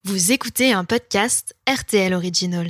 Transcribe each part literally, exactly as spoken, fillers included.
Vous écoutez un podcast R T L Originals.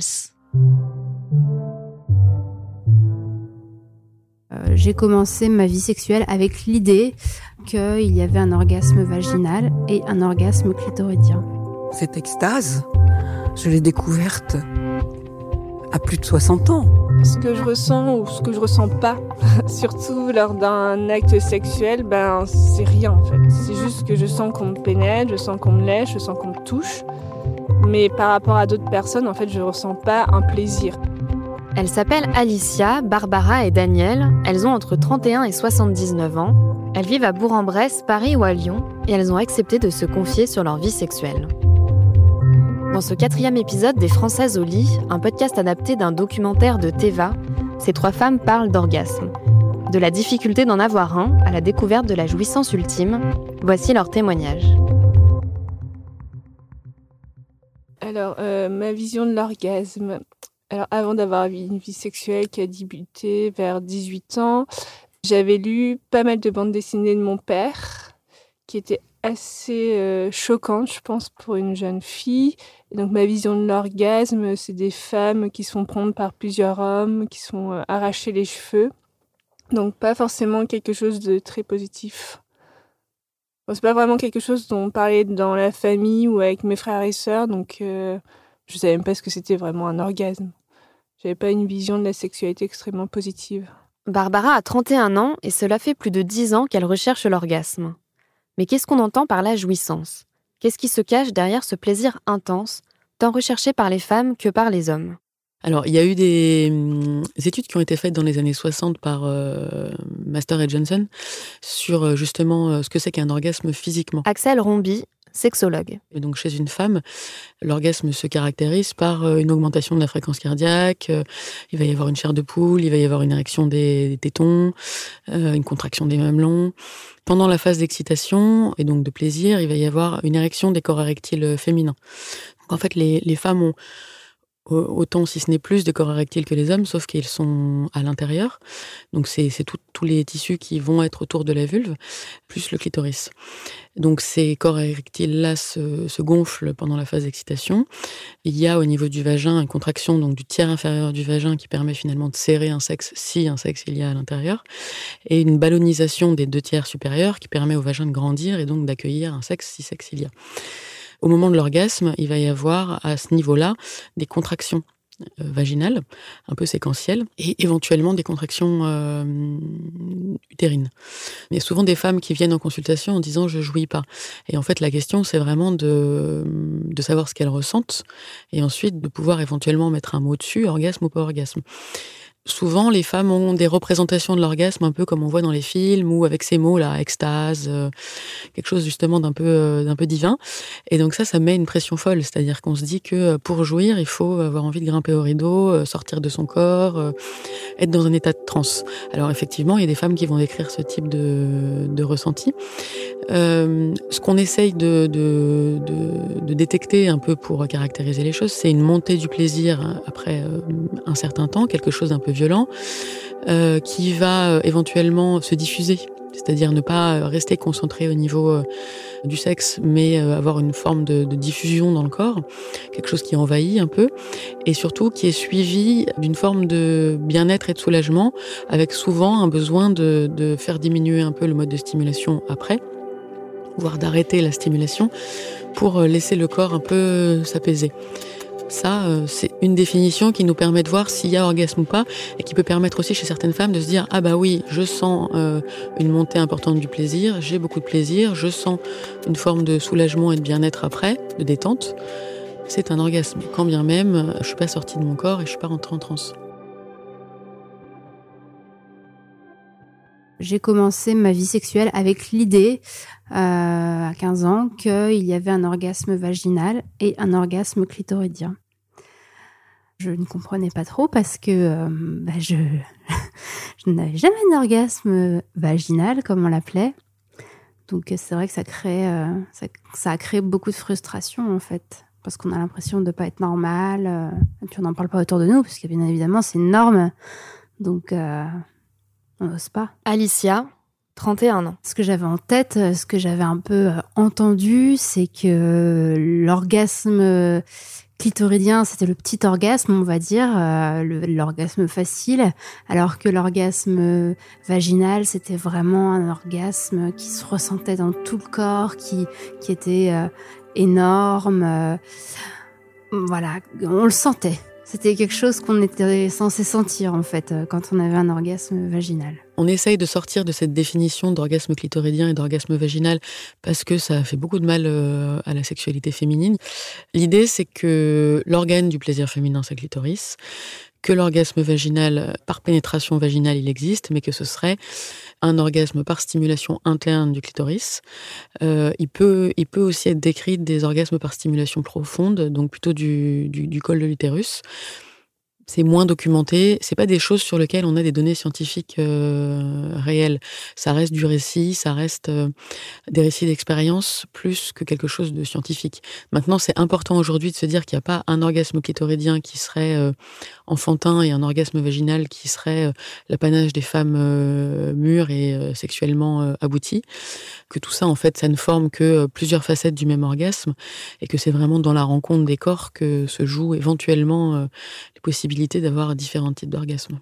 Euh, j'ai commencé ma vie sexuelle avec l'idée qu'il y avait un orgasme vaginal et un orgasme clitoridien. Cette extase, je l'ai découverte à plus de soixante ans. Ce que je ressens ou ce que je ressens pas, surtout lors d'un acte sexuel, ben c'est rien en fait. C'est juste que je sens qu'on me pénètre, je sens qu'on me lèche, je sens qu'on me touche. Mais par rapport à d'autres personnes, en fait, je ressens pas un plaisir. Elles s'appellent Alicia, Barbara et Danielle. Elles ont entre trente et un et soixante-dix-neuf ans. Elles vivent à Bourg-en-Bresse, Paris ou à Lyon, et elles ont accepté de se confier sur leur vie sexuelle. Dans ce quatrième épisode des Françaises au lit, un podcast adapté d'un documentaire de Teva, ces trois femmes parlent d'orgasme. De la difficulté d'en avoir un à la découverte de la jouissance ultime. Voici leur témoignage. Alors, euh, ma vision de l'orgasme. Alors, avant d'avoir une vie sexuelle qui a débuté vers dix-huit ans, j'avais lu pas mal de bandes dessinées de mon père, qui étaient assez euh, choquantes, je pense, pour une jeune fille. Et donc, ma vision de l'orgasme, c'est des femmes qui se font prendre par plusieurs hommes, qui se font euh, arracher les cheveux. Donc, pas forcément quelque chose de très positif. Bon, c'est pas vraiment quelque chose dont on parlait dans la famille ou avec mes frères et sœurs, donc euh, je savais même pas ce que c'était vraiment un orgasme. J'avais pas une vision de la sexualité extrêmement positive. Barbara a trente et un ans et cela fait plus de dix ans qu'elle recherche l'orgasme. Mais qu'est-ce qu'on entend par la jouissance ? Qu'est-ce qui se cache derrière ce plaisir intense, tant recherché par les femmes que par les hommes ? Alors, il y a eu des, hum, des études qui ont été faites dans les années soixante par euh, Master et Johnson sur euh, justement euh, ce que c'est qu'un orgasme physiquement. Axel Rombi, sexologue. Et donc, chez une femme, l'orgasme se caractérise par euh, une augmentation de la fréquence cardiaque, euh, il va y avoir une chair de poule, il va y avoir une érection des, des tétons, euh, une contraction des mamelons. Pendant la phase d'excitation et donc de plaisir, il va y avoir une érection des corps érectiles féminins. Donc, en fait, les, les femmes ont autant, si ce n'est plus, de corps érectiles que les hommes, sauf qu'ils sont à l'intérieur. Donc, c'est, c'est tout, tous les tissus qui vont être autour de la vulve, plus le clitoris. Donc, ces corps érectiles-là se, se gonflent pendant la phase d'excitation. Il y a au niveau du vagin une contraction donc, du tiers inférieur du vagin qui permet finalement de serrer un sexe, si un sexe il y a à l'intérieur, et une ballonisation des deux tiers supérieurs qui permet au vagin de grandir et donc d'accueillir un sexe, si sexe il y a. Au moment de l'orgasme, il va y avoir à ce niveau-là des contractions euh, vaginales, un peu séquentielles, et éventuellement des contractions euh, utérines. Il y a souvent des femmes qui viennent en consultation en disant « je jouis pas ». Et en fait, la question, c'est vraiment de, de savoir ce qu'elles ressentent, et ensuite de pouvoir éventuellement mettre un mot dessus, orgasme ou pas orgasme. Souvent, les femmes ont des représentations de l'orgasme un peu comme on voit dans les films ou avec ces mots-là, extase, euh, quelque chose justement d'un peu, euh, d'un peu divin. Et donc ça, ça met une pression folle. C'est-à-dire qu'on se dit que pour jouir, il faut avoir envie de grimper au rideau, euh, sortir de son corps, euh, être dans un état de transe. Alors effectivement, il y a des femmes qui vont décrire ce type de, de ressenti. Euh, ce qu'on essaye de, de, de, de détecter un peu pour caractériser les choses, c'est une montée du plaisir après euh, un certain temps, quelque chose d'un peu violent, euh, qui va euh, éventuellement se diffuser, c'est-à-dire ne pas rester concentré au niveau euh, du sexe, mais euh, avoir une forme de, de diffusion dans le corps, quelque chose qui envahit un peu, et surtout qui est suivi d'une forme de bien-être et de soulagement, avec souvent un besoin de, de faire diminuer un peu le mode de stimulation après, voire d'arrêter la stimulation pour laisser le corps un peu s'apaiser. Ça, euh, c'est une définition qui nous permet de voir s'il y a orgasme ou pas, et qui peut permettre aussi chez certaines femmes de se dire « Ah bah oui, je sens euh, une montée importante du plaisir, j'ai beaucoup de plaisir, je sens une forme de soulagement et de bien-être après, de détente. C'est un orgasme. Quand bien même, je suis pas sortie de mon corps et je suis pas rentrée en transe. » J'ai commencé ma vie sexuelle avec l'idée, euh, à quinze ans, qu'il y avait un orgasme vaginal et un orgasme clitoridien. Je ne comprenais pas trop parce que euh, bah je, je n'avais jamais d'orgasme vaginal, comme on l'appelait. Donc c'est vrai que ça, crée, euh, ça, ça a créé beaucoup de frustration, en fait. Parce qu'on a l'impression de ne pas être normal. Euh, et puis on n'en parle pas autour de nous, parce que bien évidemment, c'est une norme. Donc... Euh, on n'ose pas. Alicia, trente et un ans. Ce que j'avais en tête, ce que j'avais un peu entendu, c'est que l'orgasme clitoridien, c'était le petit orgasme, on va dire, euh, le, l'orgasme facile, alors que l'orgasme vaginal, c'était vraiment un orgasme qui se ressentait dans tout le corps, qui, qui était euh, énorme. Euh, voilà, on le sentait. C'était quelque chose qu'on était censé sentir, en fait, quand on avait un orgasme vaginal. On essaye de sortir de cette définition d'orgasme clitoridien et d'orgasme vaginal parce que ça fait beaucoup de mal à la sexualité féminine. L'idée, c'est que l'organe du plaisir féminin, c'est le clitoris, que l'orgasme vaginal, par pénétration vaginale, il existe, mais que ce serait un orgasme par stimulation interne du clitoris. Euh, il peut, il peut aussi être décrit des orgasmes par stimulation profonde, donc plutôt du, du, du col de l'utérus. C'est moins documenté, c'est pas des choses sur lesquelles on a des données scientifiques euh, réelles. Ça reste du récit, ça reste euh, des récits d'expérience plus que quelque chose de scientifique. Maintenant, c'est important aujourd'hui de se dire qu'il n'y a pas un orgasme clitoridien qui serait euh, enfantin et un orgasme vaginal qui serait euh, l'apanage des femmes euh, mûres et euh, sexuellement euh, abouties. Que tout ça, en fait, ça ne forme que euh, plusieurs facettes du même orgasme et que c'est vraiment dans la rencontre des corps que se jouent éventuellement euh, les possibilités d'avoir différents types d'orgasmes.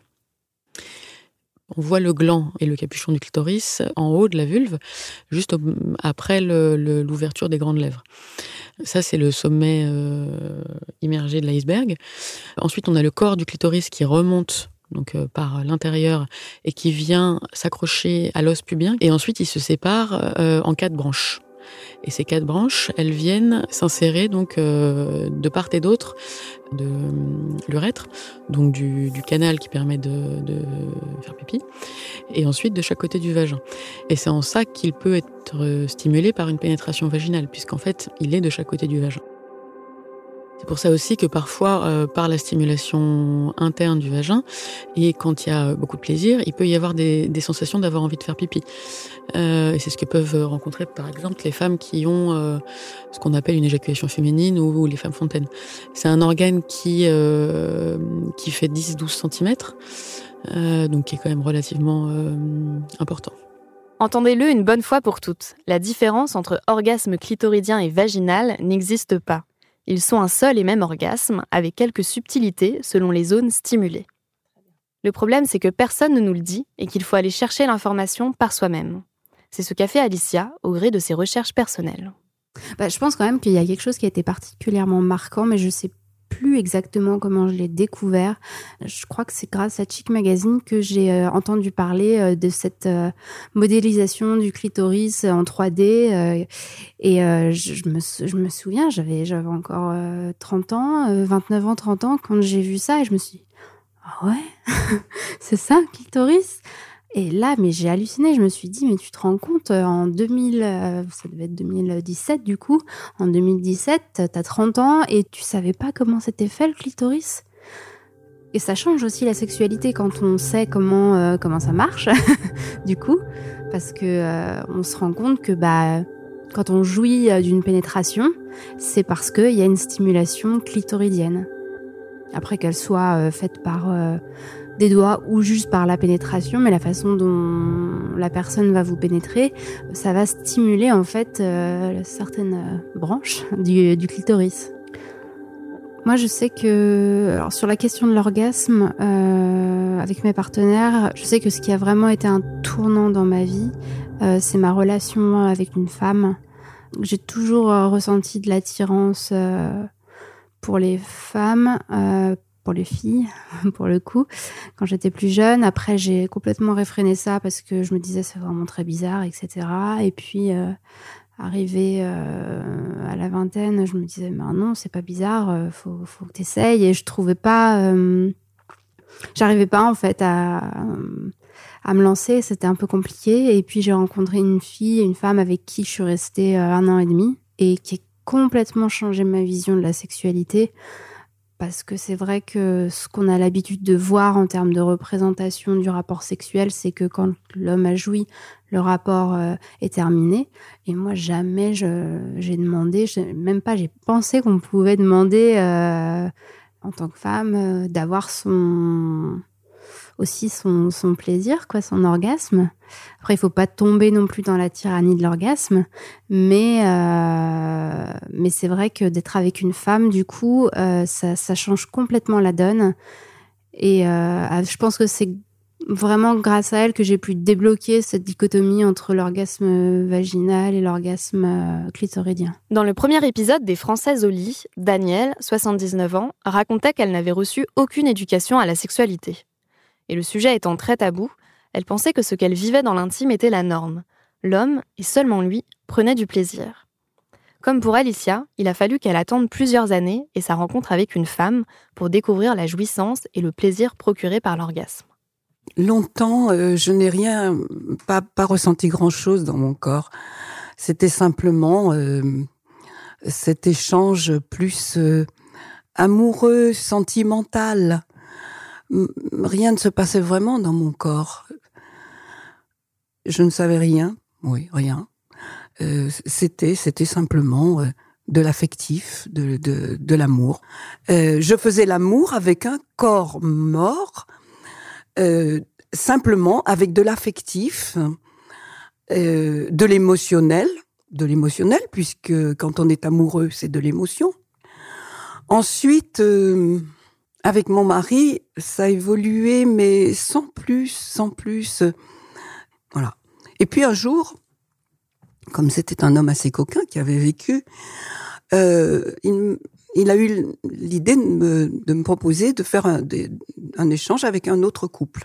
On voit le gland et le capuchon du clitoris en haut de la vulve, juste après le, le, l'ouverture des grandes lèvres. Ça, c'est le sommet euh, immergé de l'iceberg. Ensuite, on a le corps du clitoris qui remonte donc euh, par l'intérieur et qui vient s'accrocher à l'os pubien. Et ensuite, il se sépare euh, en quatre branches. Et ces quatre branches, elles viennent s'insérer donc euh, de part et d'autre de euh, l'urètre, donc du, du canal qui permet de, de faire pipi, et ensuite de chaque côté du vagin. Et c'est en ça qu'il peut être stimulé par une pénétration vaginale, puisqu'en fait, il est de chaque côté du vagin. C'est pour ça aussi que parfois, euh, par la stimulation interne du vagin, et quand il y a beaucoup de plaisir, il peut y avoir des, des sensations d'avoir envie de faire pipi. Euh, et c'est ce que peuvent rencontrer, par exemple, les femmes qui ont euh, ce qu'on appelle une éjaculation féminine ou, ou les femmes fontaines. C'est un organe qui, euh, qui fait dix à douze centimètres, euh, donc qui est quand même relativement euh, important. Entendez-le une bonne fois pour toutes, la différence entre orgasme clitoridien et vaginal n'existe pas. Ils sont un seul et même orgasme, avec quelques subtilités selon les zones stimulées. Le problème, c'est que personne ne nous le dit et qu'il faut aller chercher l'information par soi-même. C'est ce qu'a fait Alicia au gré de ses recherches personnelles. Bah, je pense quand même qu'il y a quelque chose qui a été particulièrement marquant, mais je ne sais plus exactement comment je l'ai découvert. Je crois que c'est grâce à Chic Magazine que j'ai euh, entendu parler euh, de cette euh, modélisation du clitoris en trois D. Euh, et euh, je, je, me, je me souviens, j'avais, j'avais encore euh, trente ans, euh, vingt-neuf ans, trente ans, quand j'ai vu ça, et je me suis dit, ah ouais, c'est ça, clitoris? Et là, mais j'ai halluciné, je me suis dit, mais tu te rends compte, en deux mille, euh, ça devait être deux mille dix-sept du coup, en deux mille dix-sept, t'as trente ans et tu savais pas comment c'était fait le clitoris. Et ça change aussi la sexualité quand on sait comment, euh, comment ça marche, du coup, parce que euh, on se rend compte que bah, quand on jouit d'une pénétration, c'est parce qu'il y a une stimulation clitoridienne. Après qu'elle soit euh, faite par... Euh, des doigts ou juste par la pénétration, mais la façon dont la personne va vous pénétrer, ça va stimuler en fait euh, certaines euh, branches du, du clitoris. Moi, je sais que, alors sur la question de l'orgasme, euh, avec mes partenaires, je sais que ce qui a vraiment été un tournant dans ma vie, euh, c'est ma relation avec une femme. J'ai toujours euh, ressenti de l'attirance euh, pour les femmes, euh, pour les filles, pour le coup, quand j'étais plus jeune. Après, j'ai complètement réfréné ça parce que je me disais c'est vraiment très bizarre, et cetera. Et puis, euh, arrivé euh, à la vingtaine, je me disais mais non, c'est pas bizarre, euh, faut, faut que t'essayes. Et je trouvais pas, euh, j'arrivais pas en fait à, à me lancer. C'était un peu compliqué. Et puis j'ai rencontré une fille, une femme avec qui je suis restée euh, un an et demi et qui a complètement changé ma vision de la sexualité. Parce que c'est vrai que ce qu'on a l'habitude de voir en termes de représentation du rapport sexuel, c'est que quand l'homme a joui, le rapport euh, est terminé. Et moi, jamais je, j'ai demandé, j'ai, même pas j'ai pensé qu'on pouvait demander, euh, en tant que femme, euh, d'avoir son... aussi son, son plaisir, quoi, son orgasme. Après, il faut pas tomber non plus dans la tyrannie de l'orgasme, mais euh, mais c'est vrai que d'être avec une femme, du coup, euh, ça, ça change complètement la donne. Et euh, je pense que c'est vraiment grâce à elle que j'ai pu débloquer cette dichotomie entre l'orgasme vaginal et l'orgasme clitoridien. Dans le premier épisode des Françaises au lit, Danielle, soixante-dix-neuf ans, racontait qu'elle n'avait reçu aucune éducation à la sexualité. Et le sujet étant très tabou, elle pensait que ce qu'elle vivait dans l'intime était la norme. L'homme, et seulement lui, prenait du plaisir. Comme pour Alicia, il a fallu qu'elle attende plusieurs années et sa rencontre avec une femme pour découvrir la jouissance et le plaisir procuré par l'orgasme. Longtemps, euh, je n'ai rien, pas, pas ressenti grand-chose dans mon corps. C'était simplement euh, cet échange plus euh, amoureux, sentimental. Rien ne se passait vraiment dans mon corps. Je ne savais rien, oui, rien. Euh, c'était, c'était simplement euh, de l'affectif, de, de, de l'amour. Euh, je faisais l'amour avec un corps mort, euh, simplement avec de l'affectif, euh, de l'émotionnel, de l'émotionnel, puisque quand on est amoureux, c'est de l'émotion. Ensuite, euh, avec mon mari, ça a évolué, mais sans plus, sans plus. Euh, voilà. Et puis un jour, comme c'était un homme assez coquin qui avait vécu, euh, il, il a eu l'idée de me, de me proposer de faire un, de, un échange avec un autre couple.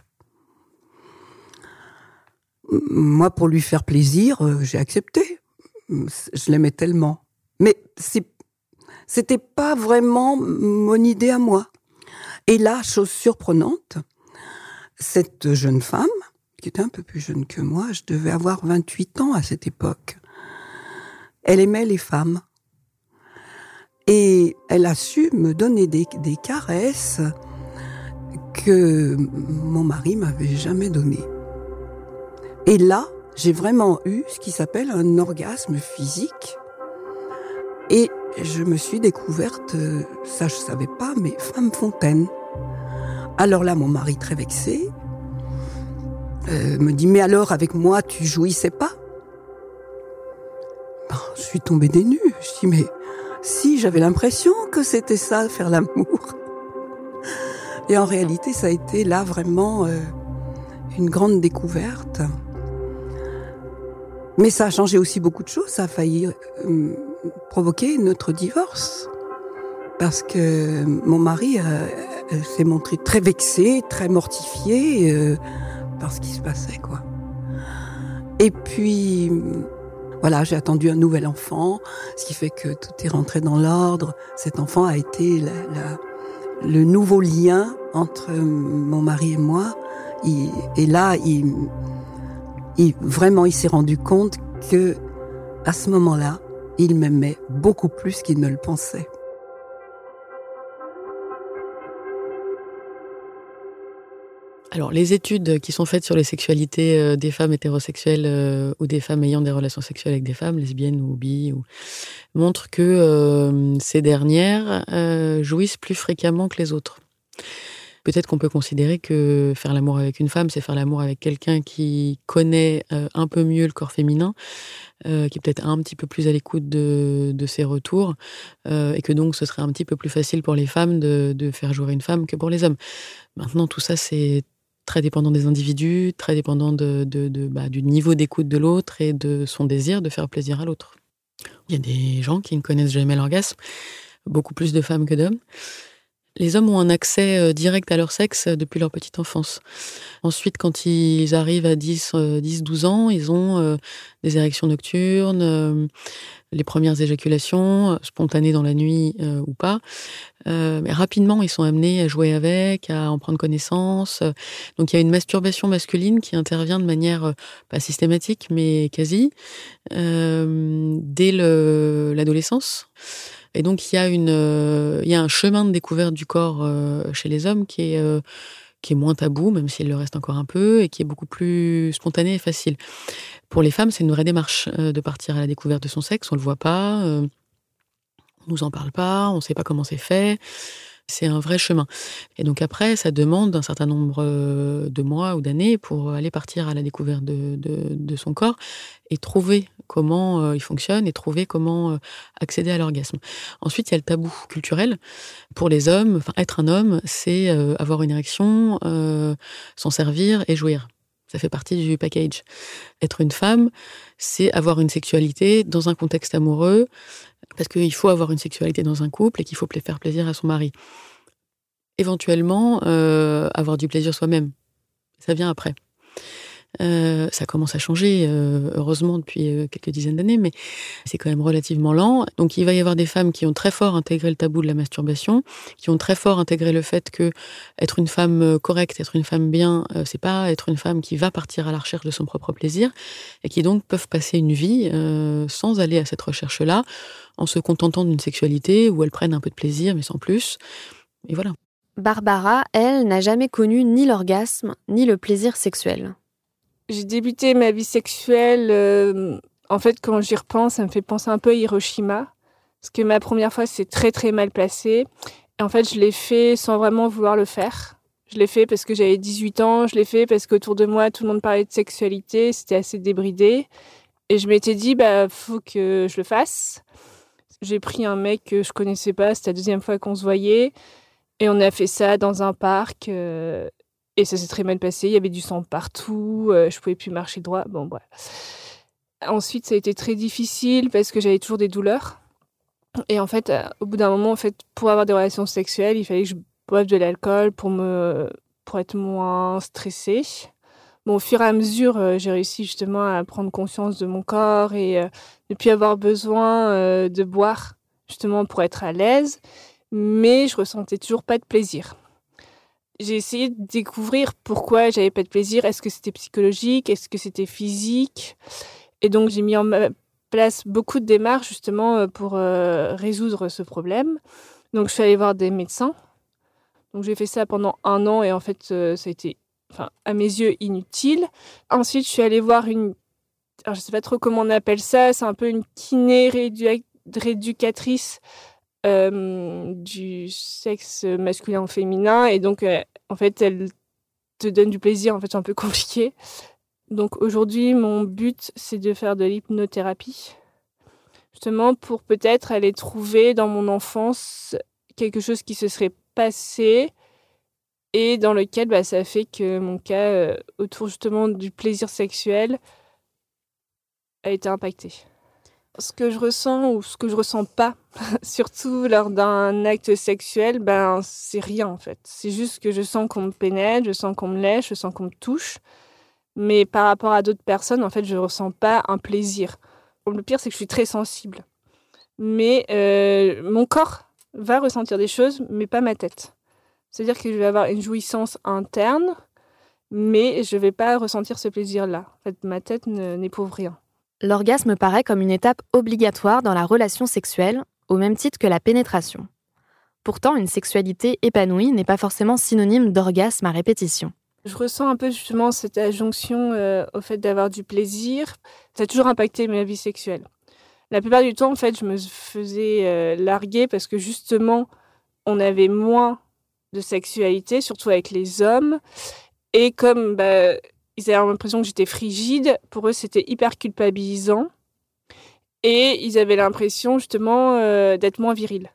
Moi, pour lui faire plaisir, euh, j'ai accepté. Je l'aimais tellement. Mais c'est, c'était pas vraiment mon idée à moi. Et là, chose surprenante, cette jeune femme, qui était un peu plus jeune que moi, je devais avoir vingt-huit ans à cette époque. Elle aimait les femmes. Et elle a su me donner des, des caresses que mon mari m'avait jamais données. Et là, j'ai vraiment eu ce qui s'appelle un orgasme physique. Et je me suis découverte, ça je savais pas, mais femme fontaine. Alors là, mon mari, très vexé, Euh, me dit, mais alors, avec moi, tu jouissais pas? Ben, je suis tombée des nues. Je dis, mais si, j'avais l'impression que c'était ça, faire l'amour. Et en réalité, ça a été là vraiment euh, une grande découverte. Mais ça a changé aussi beaucoup de choses. Ça a failli euh, provoquer notre divorce. Parce que mon mari euh, euh, s'est montré très vexé, très mortifié, euh, par ce qui se passait, quoi. Et puis, voilà, j'ai attendu un nouvel enfant, ce qui fait que tout est rentré dans l'ordre. Cet enfant a été la, la, le nouveau lien entre mon mari et moi. Il, et là, il, il, vraiment, il s'est rendu compte que, à ce moment-là, il m'aimait beaucoup plus qu'il ne le pensait. Alors, les études qui sont faites sur les sexualités des femmes hétérosexuelles euh, ou des femmes ayant des relations sexuelles avec des femmes, lesbiennes ou bi, ou... montrent que euh, ces dernières euh, jouissent plus fréquemment que les autres. Peut-être qu'on peut considérer que faire l'amour avec une femme, c'est faire l'amour avec quelqu'un qui connaît euh, un peu mieux le corps féminin, euh, qui est peut-être un petit peu plus à l'écoute de, de ses retours, euh, et que donc ce serait un petit peu plus facile pour les femmes de, de faire jouir une femme que pour les hommes. Maintenant, tout ça, c'est très dépendant des individus, très dépendant de, de, de, bah, du niveau d'écoute de l'autre et de son désir de faire plaisir à l'autre. Il y a des gens qui ne connaissent jamais l'orgasme, beaucoup plus de femmes que d'hommes. Les hommes ont un accès direct à leur sexe depuis leur petite enfance. Ensuite, quand ils arrivent à dix, douze ans, ils ont euh, des érections nocturnes, euh, les premières éjaculations, spontanées dans la nuit euh, ou pas. Euh, mais rapidement, ils sont amenés à jouer avec, à en prendre connaissance. Donc, il y a une masturbation masculine qui intervient de manière euh, pas systématique, mais quasi, euh, dès le, l'adolescence. Et donc, il y a une, euh, il y a un chemin de découverte du corps euh, chez les hommes qui est, euh, qui est moins tabou, même s'il le reste encore un peu, et qui est beaucoup plus spontané et facile. Pour les femmes, c'est une vraie démarche euh, de partir à la découverte de son sexe. On le voit pas, euh, on nous en parle pas, on sait pas comment c'est fait. C'est un vrai chemin. Et donc après, ça demande un certain nombre de mois ou d'années pour aller partir à la découverte de, de, de son corps et trouver comment euh, il fonctionne et trouver comment euh, accéder à l'orgasme. Ensuite, il y a le tabou culturel. Pour les hommes, enfin, être un homme, c'est euh, avoir une érection, euh, s'en servir et jouir. Ça fait partie du package. Être une femme, c'est avoir une sexualité dans un contexte amoureux, parce qu'il faut avoir une sexualité dans un couple et qu'il faut faire plaisir à son mari. Éventuellement, euh, avoir du plaisir soi-même. Ça vient après. Euh, ça commence à changer, euh, heureusement, depuis euh, quelques dizaines d'années, mais c'est quand même relativement lent. Donc, il va y avoir des femmes qui ont très fort intégré le tabou de la masturbation, qui ont très fort intégré le fait que être une femme correcte, être une femme bien, euh, c'est pas être une femme qui va partir à la recherche de son propre plaisir, et qui donc peuvent passer une vie euh, sans aller à cette recherche-là, en se contentant d'une sexualité où elles prennent un peu de plaisir, mais sans plus. Et voilà. Barbara, elle, n'a jamais connu ni l'orgasme, ni le plaisir sexuel. J'ai débuté ma vie sexuelle, euh, en fait, quand j'y repense, ça me fait penser un peu à Hiroshima. Parce que ma première fois, c'est très, très mal placé. Et en fait, je l'ai fait sans vraiment vouloir le faire. Je l'ai fait parce que j'avais dix-huit ans. Je l'ai fait parce qu'autour de moi, tout le monde parlait de sexualité. C'était assez débridé. Et je m'étais dit, bah, faut que je le fasse. J'ai pris un mec que je connaissais pas. C'était la deuxième fois qu'on se voyait. Et on a fait ça dans un parc. Euh, Et ça s'est très mal passé, il y avait du sang partout, euh, je pouvais plus marcher droit, bon bref. Ensuite, ça a été très difficile parce que j'avais toujours des douleurs. Et en fait, euh, au bout d'un moment, en fait, pour avoir des relations sexuelles, il fallait que je boive de l'alcool pour me, pour être moins stressée. Bon, au fur et à mesure, euh, j'ai réussi justement à prendre conscience de mon corps et euh, ne plus avoir besoin euh, de boire justement pour être à l'aise. Mais je ressentais toujours pas de plaisir. J'ai essayé de découvrir pourquoi j'avais pas de plaisir. Est-ce que c'était psychologique? Est-ce que c'était physique? Et donc, j'ai mis en place beaucoup de démarches justement pour euh, résoudre ce problème. Donc, je suis allée voir des médecins. Donc, j'ai fait ça pendant un an et en fait, euh, ça a été, enfin, à mes yeux, inutile. Ensuite, je suis allée voir une... Alors, je sais pas trop comment on appelle ça. C'est un peu une kiné réédu... rééducatrice Euh, du sexe masculin ou féminin et donc euh, en fait elle te donne du plaisir. En fait c'est un peu compliqué. Donc aujourd'hui mon but c'est de faire de l'hypnothérapie justement pour peut-être aller trouver dans mon enfance quelque chose qui se serait passé et dans lequel bah, ça fait que mon cas euh, autour justement du plaisir sexuel a été impacté. Ce que je ressens ou ce que je ressens pas, surtout lors d'un acte sexuel, ben c'est rien en fait. C'est juste que je sens qu'on me pénètre, je sens qu'on me lèche, je sens qu'on me touche. Mais par rapport à d'autres personnes, en fait, je ressens pas un plaisir. Le pire, c'est que je suis très sensible. Mais euh, mon corps va ressentir des choses, mais pas ma tête. C'est-à-dire que je vais avoir une jouissance interne, mais je vais pas ressentir ce plaisir-là. En fait, ma tête ne, n'éprouve rien. L'orgasme paraît comme une étape obligatoire dans la relation sexuelle, au même titre que la pénétration. Pourtant, une sexualité épanouie n'est pas forcément synonyme d'orgasme à répétition. Je ressens un peu justement cette adjonction euh, au fait d'avoir du plaisir. Ça a toujours impacté ma vie sexuelle. La plupart du temps, en fait, je me faisais euh, larguer parce que justement, on avait moins de sexualité, surtout avec les hommes. Et comme... Bah, ils avaient l'impression que j'étais frigide. Pour eux, c'était hyper culpabilisant. Et ils avaient l'impression, justement, euh, d'être moins viril.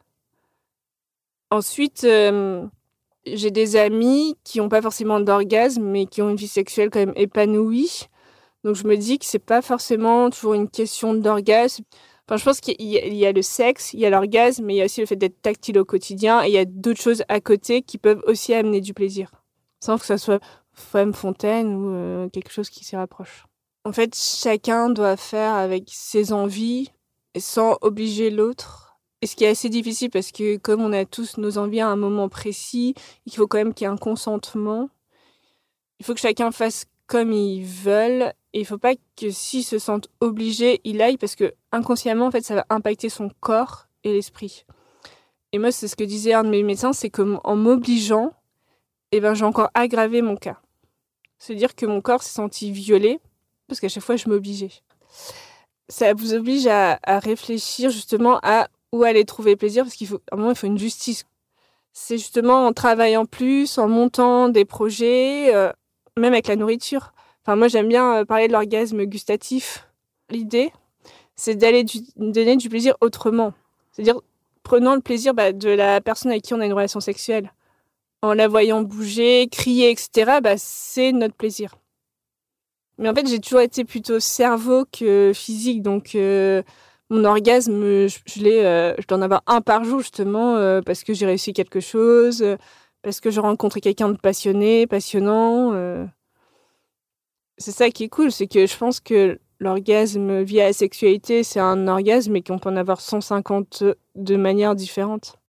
Ensuite, euh, j'ai des amis qui n'ont pas forcément d'orgasme, mais qui ont une vie sexuelle quand même épanouie. Donc, je me dis que c'est pas forcément toujours une question d'orgasme. Enfin, je pense qu'il y a, il y a le sexe, il y a l'orgasme, mais il y a aussi le fait d'être tactile au quotidien. Et il y a d'autres choses à côté qui peuvent aussi amener du plaisir. Sans que ça soit... femme fontaine ou euh, quelque chose qui s'y rapproche. En fait, chacun doit faire avec ses envies et sans obliger l'autre. Et ce qui est assez difficile parce que comme on a tous nos envies à un moment précis, il faut quand même qu'il y ait un consentement. Il faut que chacun fasse comme ils veulent et il faut pas que s'ils se sentent obligés, il aille parce que inconsciemment, en fait, ça va impacter son corps et l'esprit. Et moi, c'est ce que disait un de mes médecins, c'est qu'en m'obligeant, eh ben, j'ai encore aggravé mon cas. C'est-à-dire que mon corps s'est senti violé, parce qu'à chaque fois, je m'obligeais. Ça vous oblige à, à réfléchir justement à où aller trouver plaisir, parce qu'à un moment, il faut une justice. c'est justement en travaillant plus, en montant des projets, euh, même avec la nourriture. Enfin, moi, j'aime bien parler de l'orgasme gustatif. L'idée, c'est d'aller du, donner du plaisir autrement. C'est-à-dire, prenant le plaisir bah, de la personne avec qui on a une relation sexuelle. En la voyant bouger, crier, et cetera, bah, c'est notre plaisir. Mais en fait, j'ai toujours été plutôt cerveau que physique. Donc, euh, mon orgasme, je, je, l'ai, euh, je dois en avoir un par jour, justement, euh, parce que j'ai réussi quelque chose, euh, parce que j'ai rencontré quelqu'un de passionné, passionnant. Euh. C'est ça qui est cool, c'est que je pense que l'orgasme via la sexualité, c'est un orgasme et qu'on peut en avoir cent cinquante de manières différentes.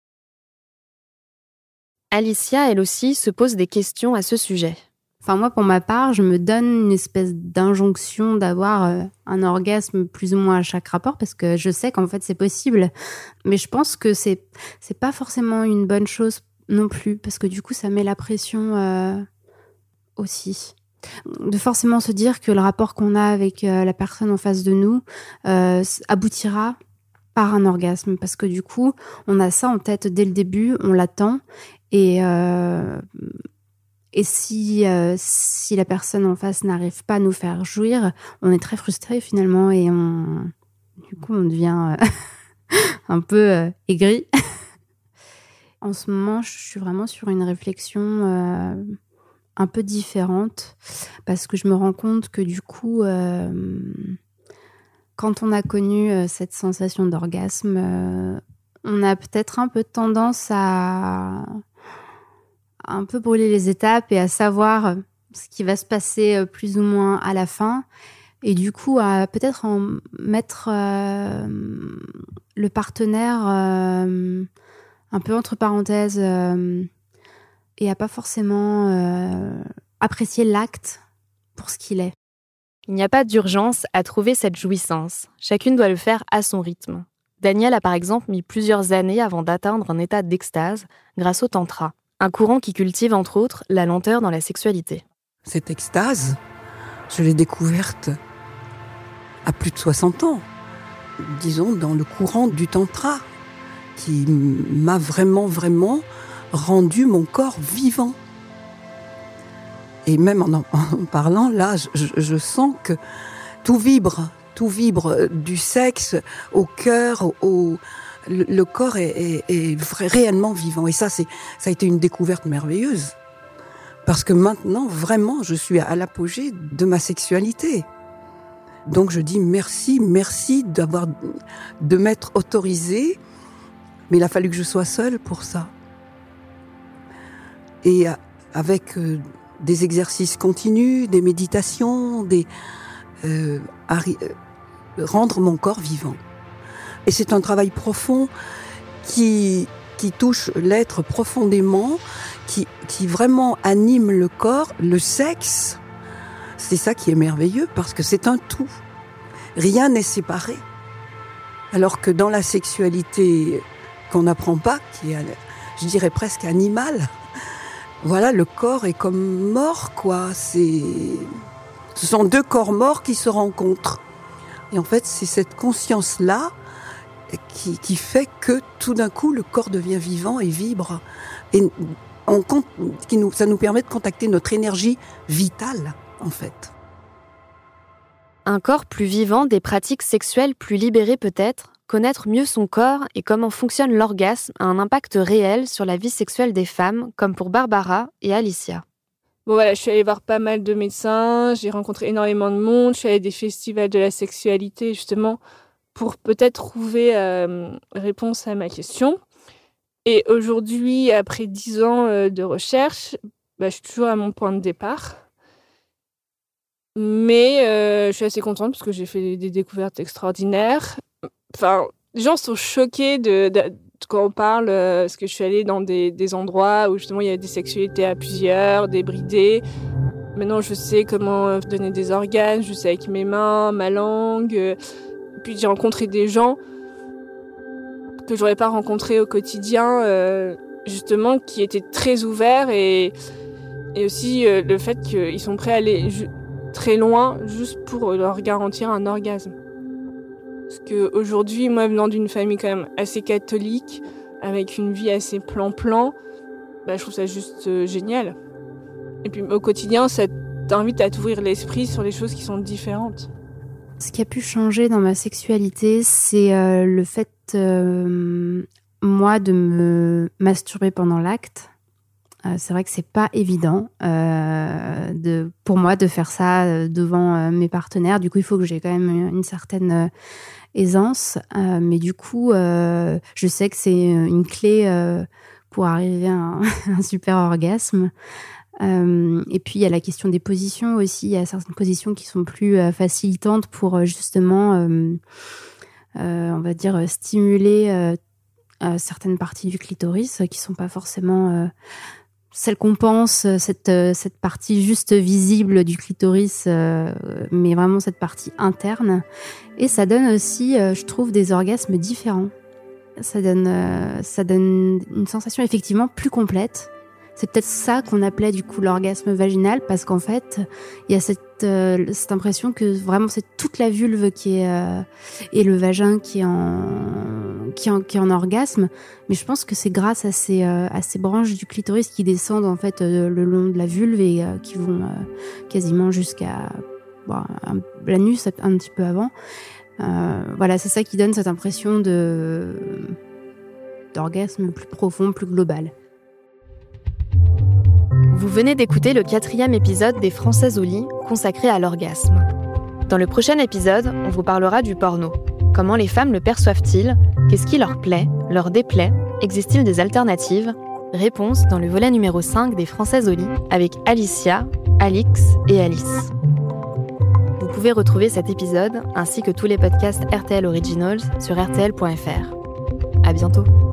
Alicia, elle aussi, se pose des questions à ce sujet. Enfin, moi, pour ma part, je me donne une espèce d'injonction d'avoir euh, un orgasme plus ou moins à chaque rapport parce que je sais qu'en fait, c'est possible. Mais je pense que c'est, c'est pas forcément une bonne chose non plus parce que du coup, ça met la pression euh, aussi. De forcément se dire que le rapport qu'on a avec euh, la personne en face de nous euh, aboutira par un orgasme parce que du coup, on a ça en tête dès le début, on l'attend et... Euh, Et si, euh, si la personne en face n'arrive pas à nous faire jouir, on est très frustré finalement et on, du coup, on devient euh, un peu euh, aigri. En ce moment, je suis vraiment sur une réflexion euh, un peu différente parce que je me rends compte que du coup, euh, quand on a connu euh, cette sensation d'orgasme, euh, on a peut-être un peu tendance à... un peu brûler les étapes et à savoir ce qui va se passer plus ou moins à la fin. Et du coup, à peut-être en mettre euh, le partenaire euh, un peu entre parenthèses euh, et à pas forcément euh, apprécier l'acte pour ce qu'il est. Il n'y a pas d'urgence à trouver cette jouissance. Chacune doit le faire à son rythme. Daniel a par exemple mis plusieurs années avant d'atteindre un état d'extase grâce au tantra. Un courant qui cultive, entre autres, la lenteur dans la sexualité. Cette extase, je l'ai découverte à plus de soixante ans, disons dans le courant du tantra, qui m'a vraiment, vraiment rendu mon corps vivant. Et même en en parlant, là, je, je sens que tout vibre, tout vibre du sexe au cœur, au... Le, le corps est, est, est réellement vivant. Et ça, c'est, ça a été une découverte merveilleuse. Parce que maintenant, vraiment, je suis à l'apogée de ma sexualité. Donc je dis merci, merci d'avoir, de m'être autorisée. Mais il a fallu que je sois seule pour ça. Et avec euh, des exercices continus, des méditations, des, euh, arri- euh, rendre mon corps vivant. Et c'est un travail profond qui, qui touche l'être profondément, qui, qui vraiment anime le corps, le sexe. C'est ça qui est merveilleux parce que c'est un tout. Rien n'est séparé. Alors que dans la sexualité qu'on n'apprend pas, qui est, je dirais presque animale, voilà, le corps est comme mort, quoi. C'est, ce sont deux corps morts qui se rencontrent. Et en fait, c'est cette conscience-là Qui, qui fait que tout d'un coup le corps devient vivant et vibre et on, qui nous, ça nous permet de contacter notre énergie vitale en fait. Un corps plus vivant, des pratiques sexuelles plus libérées peut-être, connaître mieux son corps et comment fonctionne l'orgasme a un impact réel sur la vie sexuelle des femmes, comme pour Barbara et Alicia. Bon voilà, je suis allée voir pas mal de médecins, j'ai rencontré énormément de monde, je suis allée à des festivals de la sexualité justement pour peut-être trouver euh, réponse à ma question. Et aujourd'hui, après dix ans euh, de recherche, bah, je suis toujours à mon point de départ. Mais euh, je suis assez contente parce que j'ai fait des découvertes extraordinaires. Enfin, les gens sont choqués de, de, de quand on parle, euh, parce que je suis allée dans des, des endroits où justement il y a des sexualités à plusieurs, des bridées. Maintenant, je sais comment donner des organes, je sais avec mes mains, ma langue... Euh, Puis j'ai rencontré des gens que j'aurais pas rencontrés au quotidien, euh, justement, qui étaient très ouverts et, et aussi euh, le fait qu'ils sont prêts à aller ju- très loin juste pour leur garantir un orgasme. Parce qu'aujourd'hui, moi, venant d'une famille quand même assez catholique, avec une vie assez plan-plan, bah, je trouve ça juste euh, génial. Et puis au quotidien, ça t'invite à t'ouvrir l'esprit sur les choses qui sont différentes. Ce qui a pu changer dans ma sexualité, c'est euh, le fait, euh, moi, de me masturber pendant l'acte. Euh, c'est vrai que c'est pas évident euh, de, pour moi de faire ça euh, devant euh, mes partenaires. Du coup, il faut que j'ai quand même une, une certaine euh, aisance. Euh, mais du coup, euh, je sais que c'est une clé euh, pour arriver à un, un super orgasme. Euh, et puis, il y a la question des positions aussi. Il y a certaines positions qui sont plus euh, facilitantes pour euh, justement, euh, euh, on va dire, stimuler euh, euh, certaines parties du clitoris euh, qui sont pas forcément... Euh, celle qu'on pense, cette, cette partie juste visible du clitoris, euh, mais vraiment cette partie interne. Et ça donne aussi, euh, je trouve, des orgasmes différents. Ça donne, euh, ça donne une sensation effectivement plus complète. C'est peut-être ça qu'on appelait du coup l'orgasme vaginal, parce qu'en fait, il y a cette, euh, cette impression que vraiment c'est toute la vulve qui est euh, et le vagin qui est en qui est en, qui est en orgasme. Mais je pense que c'est grâce à ces euh, à ces branches du clitoris qui descendent en fait euh, le long de la vulve et euh, qui vont euh, quasiment jusqu'à bon, un, l'anus un petit peu avant. Euh, voilà, c'est ça qui donne cette impression de d'orgasme plus profond, plus global. Vous venez d'écouter le quatrième épisode des Françaises au lit consacré à l'orgasme. Dans le prochain épisode, on vous parlera du porno. Comment les femmes le perçoivent-ils ? Qu'est-ce qui leur plaît, leur déplaît ? Existe-t-il des alternatives ? Réponse dans le volet numéro cinq des Françaises au lit avec Alicia, Alix et Alice. Vous pouvez retrouver cet épisode ainsi que tous les podcasts R T L Originals sur R T L point F R. À bientôt.